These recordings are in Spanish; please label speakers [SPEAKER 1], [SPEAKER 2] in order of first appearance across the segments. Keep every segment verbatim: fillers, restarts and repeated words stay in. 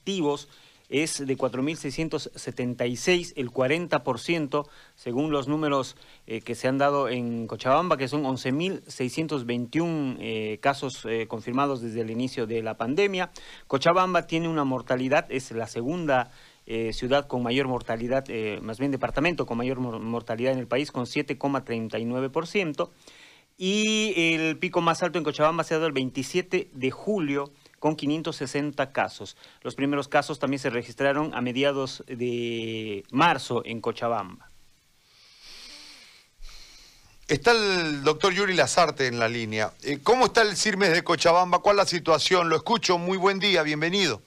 [SPEAKER 1] activos es de cuatro mil seiscientos setenta y seis, el cuarenta por ciento, según los números eh, que se han dado en Cochabamba, que son once mil seiscientos veintiuno eh, casos eh, confirmados desde el inicio de la pandemia. Cochabamba tiene una mortalidad, es la segunda eh, ciudad con mayor mortalidad, eh, más bien departamento con mayor mortalidad en el país, con siete coma treinta y nueve por ciento. Y el pico más alto en Cochabamba se ha dado el veintisiete de julio, con quinientos sesenta casos. Los primeros casos también se registraron a mediados de marzo en Cochabamba.
[SPEAKER 2] Está el doctor Yuri Lazarte en la línea. ¿Cómo está el CIRMES de Cochabamba? ¿Cuál es la situación? Lo escucho. Muy buen día. Bienvenido.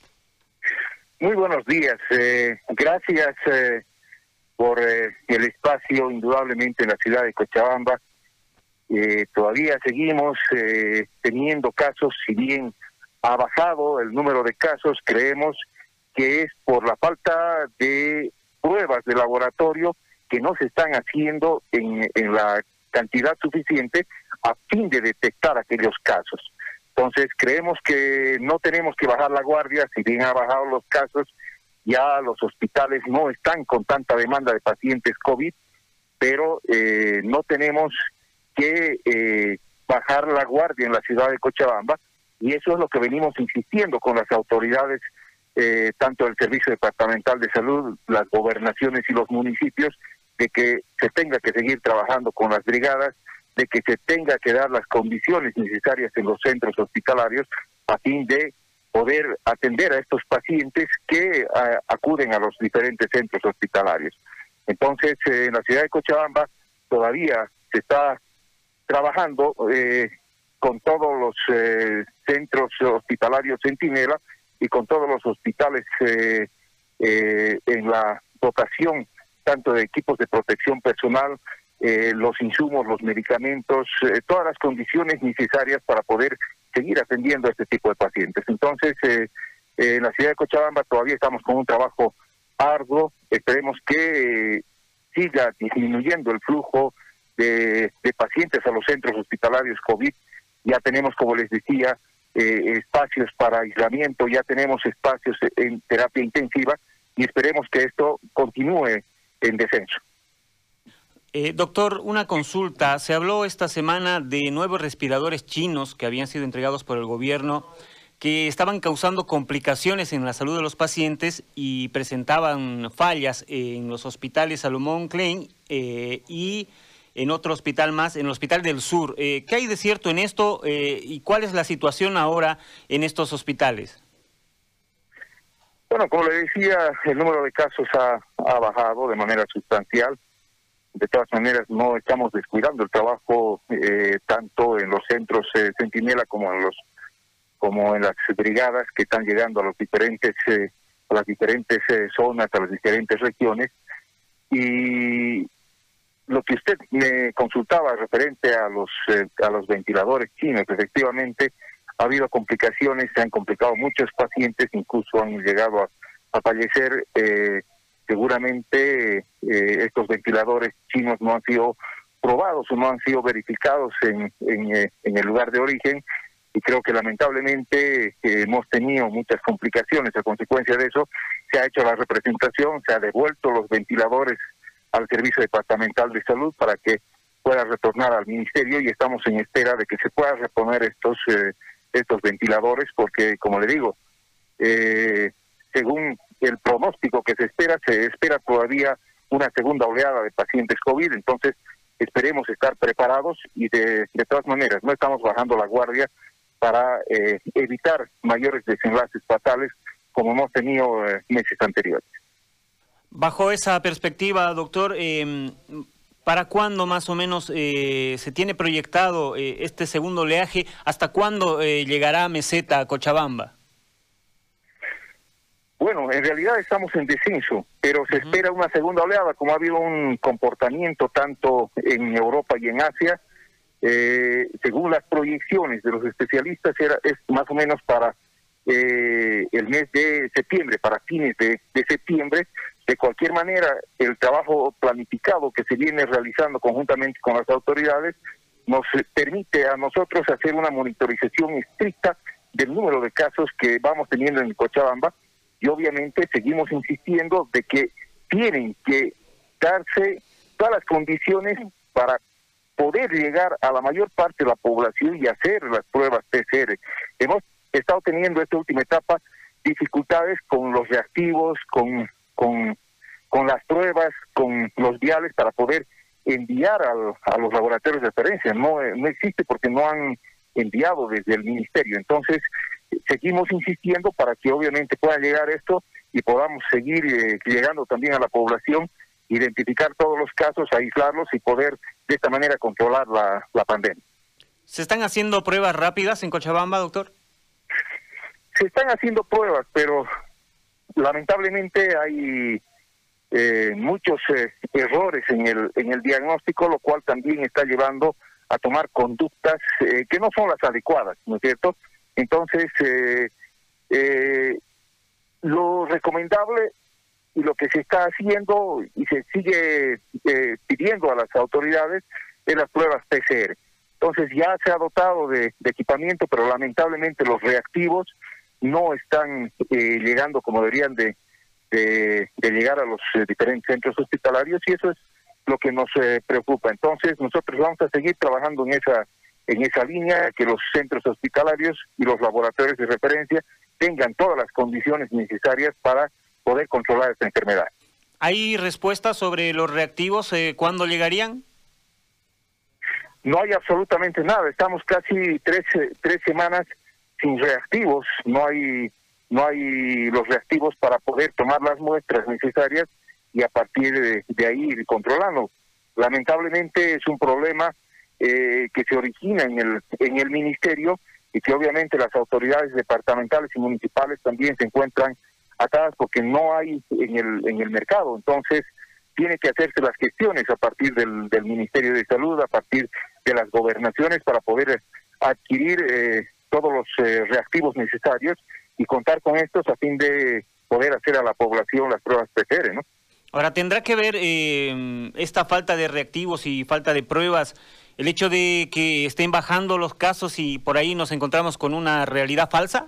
[SPEAKER 3] Muy buenos días. Eh, gracias eh, por eh, el espacio, indudablemente, en la ciudad de Cochabamba. Eh, todavía seguimos eh, teniendo casos, si bien ha bajado el número de casos, creemos que es por la falta de pruebas de laboratorio que no se están haciendo en, en la cantidad suficiente a fin de detectar aquellos casos. Entonces creemos que no tenemos que bajar la guardia. Si bien ha bajado los casos, ya los hospitales no están con tanta demanda de pacientes COVID, pero eh, no tenemos que eh, bajar la guardia en la ciudad de Cochabamba. Y eso es lo que venimos insistiendo con las autoridades, eh, tanto el Servicio Departamental de Salud, las gobernaciones y los municipios, de que se tenga que seguir trabajando con las brigadas, de que se tenga que dar las condiciones necesarias en los centros hospitalarios a fin de poder atender a estos pacientes que a, acuden a los diferentes centros hospitalarios. Entonces, eh, en la ciudad de Cochabamba todavía se está trabajando eh, con todos los eh, centros hospitalarios Centinela y con todos los hospitales eh, eh, en la dotación tanto de equipos de protección personal, eh, los insumos, los medicamentos, eh, todas las condiciones necesarias para poder seguir atendiendo a este tipo de pacientes. Entonces, eh, eh, en la ciudad de Cochabamba todavía estamos con un trabajo arduo. Esperemos que eh, siga disminuyendo el flujo de, de pacientes a los centros hospitalarios COVID. Ya tenemos, como les decía, eh, espacios para aislamiento, ya tenemos espacios en terapia intensiva y esperemos que esto continúe en descenso.
[SPEAKER 1] Eh, doctor, una consulta. Se habló esta semana de nuevos respiradores chinos que habían sido entregados por el gobierno que estaban causando complicaciones en la salud de los pacientes y presentaban fallas en los hospitales Salomón Klein eh, y en otro hospital más, en el Hospital del Sur. Eh, ¿Qué hay de cierto en esto eh, y cuál es la situación ahora en estos hospitales?
[SPEAKER 3] Bueno, como le decía, el número de casos ha, ha bajado de manera sustancial. De todas maneras, no estamos descuidando el trabajo eh, tanto en los centros eh, Centinela como en los como en las brigadas que están llegando a los diferentes eh, a las diferentes eh, zonas, a las diferentes regiones. Y lo que usted me consultaba referente a los eh, a los ventiladores chinos, efectivamente ha habido complicaciones, se han complicado muchos pacientes, incluso han llegado a, a fallecer. Eh, seguramente eh, estos ventiladores chinos no han sido probados o no han sido verificados en, en, eh, en el lugar de origen, y creo que lamentablemente eh, hemos tenido muchas complicaciones. A consecuencia de eso se ha hecho la representación, se ha devuelto los ventiladores al Servicio Departamental de Salud para que pueda retornar al Ministerio, y estamos en espera de que se puedan reponer estos eh, estos ventiladores, porque, como le digo, eh, según el pronóstico que se espera, se espera todavía una segunda oleada de pacientes COVID. Entonces esperemos estar preparados y de, de todas maneras no estamos bajando la guardia para eh, evitar mayores desenlaces fatales como hemos tenido eh, meses anteriores.
[SPEAKER 1] Bajo esa perspectiva, doctor, eh, ¿para cuándo más o menos eh, se tiene proyectado eh, este segundo oleaje? ¿Hasta cuándo eh, llegará Meseta a Cochabamba?
[SPEAKER 3] Bueno, en realidad estamos en descenso, pero se uh-huh. espera una segunda oleada, como ha habido un comportamiento tanto en Europa y en Asia. Eh, según las proyecciones de los especialistas, era, es más o menos para eh, el mes de septiembre, para fines de, de septiembre. De cualquier manera, el trabajo planificado que se viene realizando conjuntamente con las autoridades nos permite a nosotros hacer una monitorización estricta del número de casos que vamos teniendo en Cochabamba, y obviamente seguimos insistiendo de que tienen que darse todas las condiciones para poder llegar a la mayor parte de la población y hacer las pruebas P C R. Hemos estado teniendo esta última etapa dificultades con los reactivos, con, con, con las pruebas, con los viales para poder enviar al, a los laboratorios de referencia. No, no existe porque no han enviado desde el ministerio. Entonces, seguimos insistiendo para que obviamente pueda llegar esto y podamos seguir eh, llegando también a la población, identificar todos los casos, aislarlos y poder de esta manera controlar la, la pandemia.
[SPEAKER 1] ¿Se están haciendo pruebas rápidas en Cochabamba, doctor?
[SPEAKER 3] Se están haciendo pruebas, pero lamentablemente hay eh, muchos eh, errores en el, en el diagnóstico, lo cual también está llevando a tomar conductas eh, que no son las adecuadas, ¿no es cierto? Entonces, eh, eh, lo recomendable y lo que se está haciendo y se sigue eh, pidiendo a las autoridades es las pruebas P C R. Entonces ya se ha dotado de, de equipamiento, pero lamentablemente los reactivos no están eh, llegando como deberían de, de, de llegar a los eh, diferentes centros hospitalarios, y eso es lo que nos eh, preocupa. Entonces nosotros vamos a seguir trabajando en esa en esa línea, que los centros hospitalarios y los laboratorios de referencia tengan todas las condiciones necesarias para poder controlar esta enfermedad.
[SPEAKER 1] ¿Hay respuestas sobre los reactivos? Eh, ¿Cuándo llegarían?
[SPEAKER 3] No hay absolutamente nada. Estamos casi tres, tres semanas sin reactivos. No hay, no hay los reactivos para poder tomar las muestras necesarias y a partir de, de ahí ir controlando. Lamentablemente es un problema eh, que se origina en el, en el ministerio y que obviamente las autoridades departamentales y municipales también se encuentran atadas porque no hay en el en el mercado. Entonces tiene que hacerse las gestiones a partir del, del Ministerio de Salud, a partir de las gobernaciones, para poder adquirir eh, todos los eh, reactivos necesarios y contar con estos a fin de poder hacer a la población las pruebas P C R, ¿no?
[SPEAKER 1] Ahora, ¿tendrá que ver eh, esta falta de reactivos y falta de pruebas el hecho de que estén bajando los casos y por ahí nos encontramos con una realidad falsa?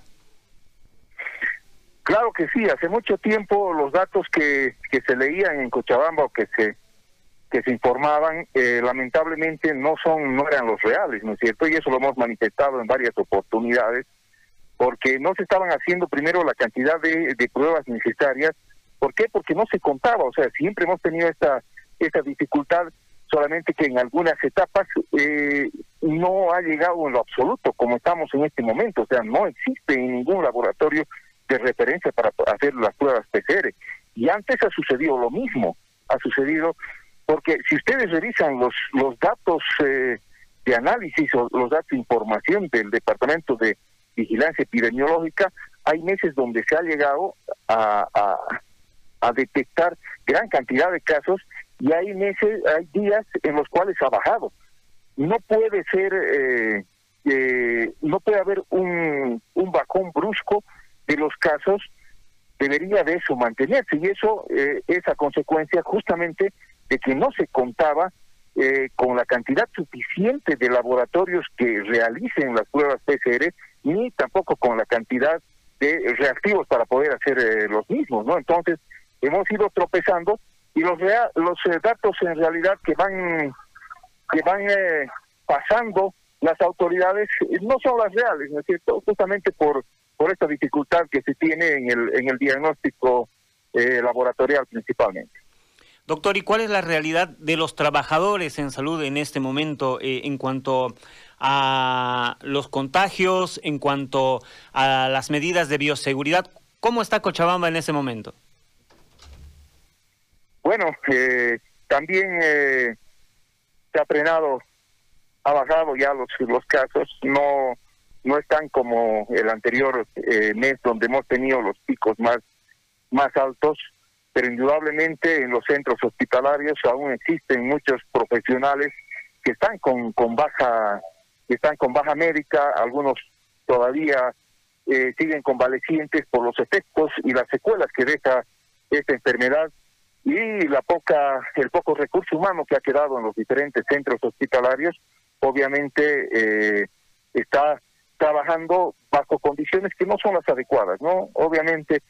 [SPEAKER 3] Claro que sí. Hace mucho tiempo los datos que, que se leían en Cochabamba o que se que se informaban, eh, lamentablemente no son no eran los reales, ¿no es cierto? Y eso lo hemos manifestado en varias oportunidades, porque no se estaban haciendo primero la cantidad de, de pruebas necesarias. ¿Por qué? Porque no se contaba. O sea, siempre hemos tenido esta esta dificultad, solamente que en algunas etapas eh, no ha llegado en lo absoluto como estamos en este momento. O sea, no existe en ningún laboratorio de referencia para hacer las pruebas P C R. Y antes ha sucedido lo mismo, ha sucedido porque si ustedes revisan los los datos eh, de análisis o los datos de información del Departamento de Vigilancia Epidemiológica, hay meses donde se ha llegado a, a, a detectar gran cantidad de casos y hay meses, hay días en los cuales ha bajado. No puede ser, eh, eh, no puede haber un, un bajón brusco de los casos, debería de eso mantenerse, y eso eh, es a consecuencia justamente de que no se contaba eh, con la cantidad suficiente de laboratorios que realicen las pruebas P C R, ni tampoco con la cantidad de reactivos para poder hacer eh, los mismos, ¿no? Entonces hemos ido tropezando y los rea los eh, datos en realidad que van que van eh, pasando las autoridades eh, no son las reales, ¿no es cierto? Justamente por por esta dificultad que se tiene en el en el diagnóstico eh, laboratorial principalmente.
[SPEAKER 1] Doctor, ¿y cuál es la realidad de los trabajadores en salud en este momento eh, en cuanto a los contagios, en cuanto a las medidas de bioseguridad? ¿Cómo está Cochabamba en ese momento?
[SPEAKER 3] Bueno, eh, también eh, se ha frenado, ha bajado ya los, los casos, no no están como el anterior eh, mes donde hemos tenido los picos más, más altos, pero indudablemente en los centros hospitalarios aún existen muchos profesionales que están con, con baja que están con baja médica, algunos todavía eh, siguen convalecientes por los efectos y las secuelas que deja esta enfermedad, y la poca el poco recurso humano que ha quedado en los diferentes centros hospitalarios obviamente eh, está trabajando bajo condiciones que no son las adecuadas, ¿no? Obviamente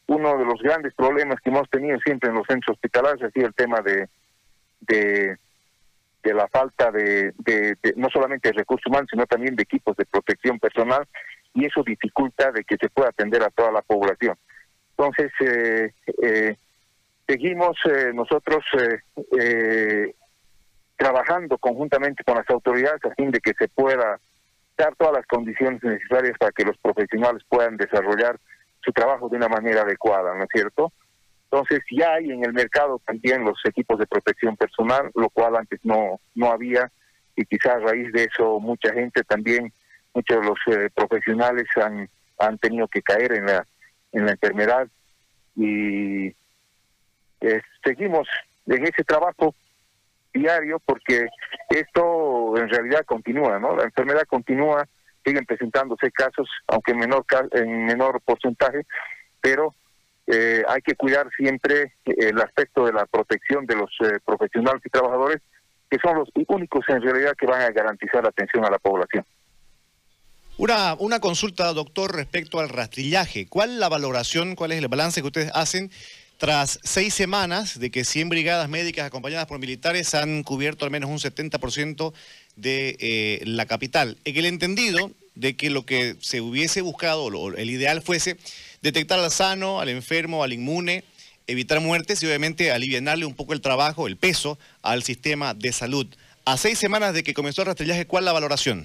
[SPEAKER 3] uno de los grandes problemas que hemos tenido siempre en los centros hospitalarios ha sido el tema de, de, de la falta de, de, de no solamente de recursos humanos, sino también de equipos de protección personal, y eso dificulta de que se pueda atender a toda la población. Entonces, eh, eh, seguimos eh, nosotros eh, eh, trabajando conjuntamente con las autoridades a fin de que se pueda dar todas las condiciones necesarias para que los profesionales puedan desarrollar su trabajo de una manera adecuada, ¿no es cierto? Entonces ya hay en el mercado también los equipos de protección personal, lo cual antes no no había, y quizás a raíz de eso mucha gente también, muchos de los eh, profesionales han han tenido que caer en la en la enfermedad, y eh, seguimos en ese trabajo diario porque esto en realidad continúa, ¿no? La enfermedad continúa, siguen presentándose casos, aunque en menor en menor porcentaje, pero eh, hay que cuidar siempre el aspecto de la protección de los eh, profesionales y trabajadores, que son los únicos en realidad que van a garantizar la atención a la población.
[SPEAKER 4] Una, una consulta, doctor, respecto al rastrillaje. ¿Cuál es la valoración, cuál es el balance que ustedes hacen tras seis semanas de que cien brigadas médicas acompañadas por militares han cubierto al menos un setenta por ciento de eh, la capital? En el entendido de que lo que se hubiese buscado, o el ideal fuese detectar al sano, al enfermo, al inmune, evitar muertes y obviamente aliviarle un poco el trabajo, el peso al sistema de salud. A seis semanas de que comenzó el rastrillaje, ¿cuál es la valoración?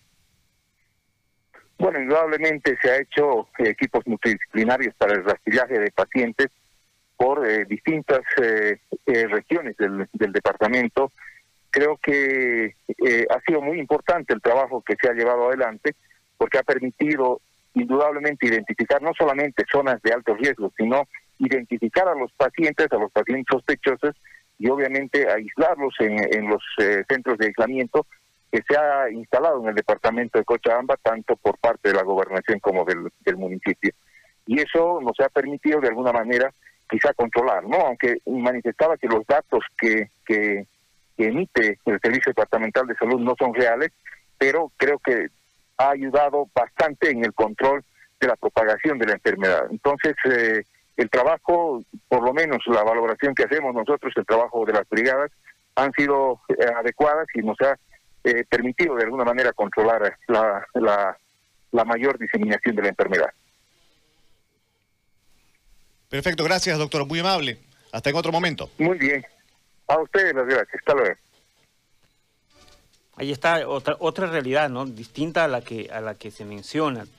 [SPEAKER 3] Bueno, indudablemente se ha hecho eh, equipos multidisciplinarios para el rastrillaje de pacientes por eh, distintas eh, eh, regiones del, del departamento. Creo que eh, ha sido muy importante el trabajo que se ha llevado adelante, porque ha permitido indudablemente identificar no solamente zonas de alto riesgo, sino identificar a los pacientes, a los pacientes sospechosos, y obviamente aislarlos en, en los eh, centros de aislamiento que se ha instalado en el departamento de Cochabamba, tanto por parte de la gobernación como del, del municipio. Y eso nos ha permitido de alguna manera quizá controlar, ¿no? Aunque manifestaba que los datos que, que, que emite el Servicio Departamental de Salud no son reales, pero creo que ha ayudado bastante en el control de la propagación de la enfermedad. Entonces, eh, el trabajo, por lo menos la valoración que hacemos nosotros, el trabajo de las brigadas, han sido eh, adecuadas y nos ha eh, permitido de alguna manera controlar la, la, la mayor diseminación de la enfermedad.
[SPEAKER 4] Perfecto, gracias, doctor, muy amable. Hasta en otro momento.
[SPEAKER 3] Muy bien. A ustedes las gracias. Hasta luego.
[SPEAKER 1] Ahí está otra otra realidad, ¿no? Distinta a la que a la que se menciona.